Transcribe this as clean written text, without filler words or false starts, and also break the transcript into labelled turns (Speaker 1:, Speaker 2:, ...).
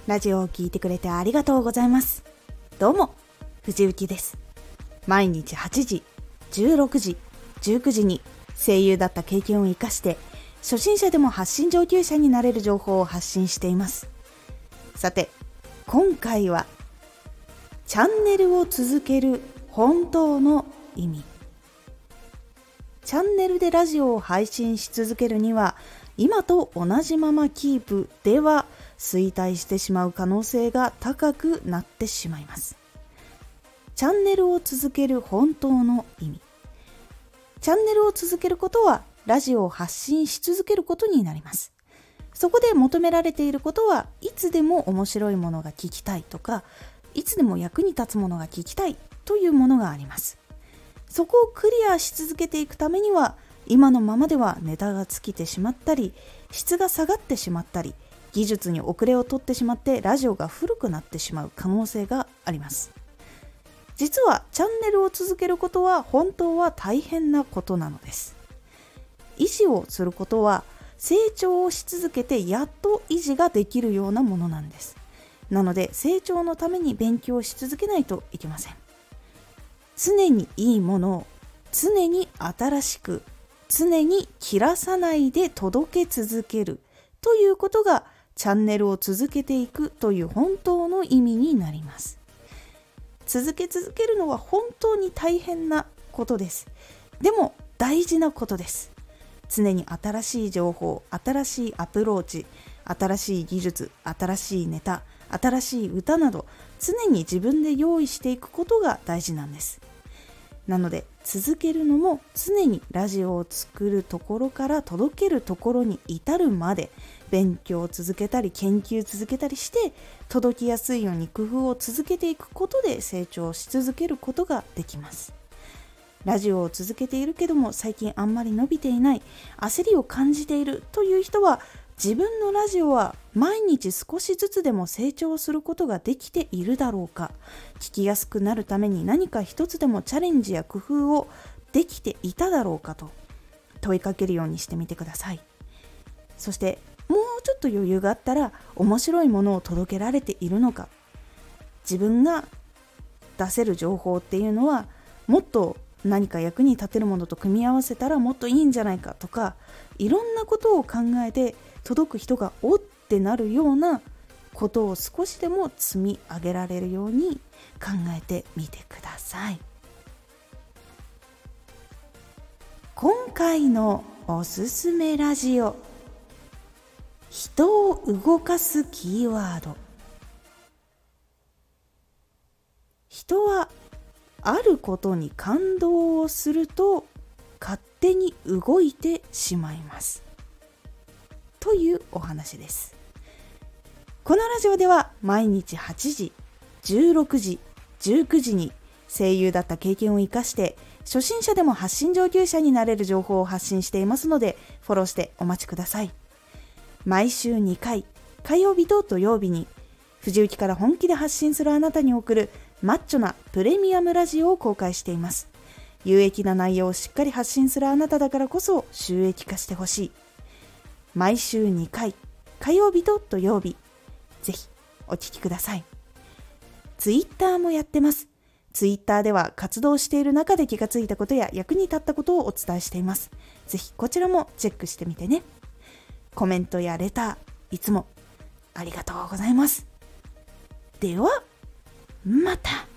Speaker 1: ラジオを聞いてくれてありがとうございます。どうも、藤幸です。毎日8時、16時、19時に声優だった経験を生かして初心者でも発信上級者になれる情報を発信しています。さて、今回はチャンネルを続ける本当の意味。チャンネルでラジオを配信し続けるには、今と同じままキープでは衰退してしまう可能性が高くなってしまいます。チャンネルを続ける本当の意味。チャンネルを続けることはラジオを発信し続けることになります。そこで求められていることは、いつでも面白いものが聞きたいとか、いつでも役に立つものが聞きたいというものがあります。そこをクリアし続けていくためには、今のままではネタが尽きてしまったり、質が下がってしまったり、技術に遅れを取ってしまってラジオが古くなってしまう可能性があります。実はチャンネルを続けることは本当は大変なことなのです。維持をすることは成長をし続けてやっと維持ができるようなものなんです。なので成長のために勉強し続けないといけません。常にいいものを、常に新しく、常に切らさないで届け続けるということがチャンネルを続けていくという本当の意味になります。続け続けるのは本当に大変なことです。でも大事なことです。常に新しい情報、新しいアプローチ、新しい技術、新しいネタ、新しい歌など、常に自分で用意していくことが大事なんです。なので続けるのも常にラジオを作るところから届けるところに至るまで勉強を続けたり研究続けたりして届きやすいように工夫を続けていくことで成長し続けることができます。ラジオを続けているけども最近あんまり伸びていない、焦りを感じているという人は、自分のラジオは毎日少しずつでも成長することができているだろうか、聞きやすくなるために何か一つでもチャレンジや工夫をできていただろうかと問いかけるようにしてみてください。そしてもうちょっと余裕があったら面白いものを届けられているのか、自分が出せる情報っていうのはもっと何か役に立てるものと組み合わせたらもっといいんじゃないかとか、いろんなことを考えて届く人がおってなるようなことを少しでも積み上げられるように考えてみてください。今回のおすすめラジオ、人を動かすキーワード。人はあることに感動をすると勝手に動いてしまいますというお話です。このラジオでは毎日8時、16時、19時に声優だった経験を生かして初心者でも発信上級者になれる情報を発信していますので、フォローしてお待ちください。毎週2回、火曜日と土曜日に藤幸から本気で発信するあなたに送るマッチョなプレミアムラジオを公開しています。有益な内容をしっかり発信するあなただからこそ収益化してほしい。毎週2回、火曜日と土曜日、ぜひお聞きください。ツイッターもやってます。ツイッターでは活動している中で気がついたことや役に立ったことをお伝えしています。ぜひこちらもチェックしてみてね。コメントやレター、いつもありがとうございます。ではまた。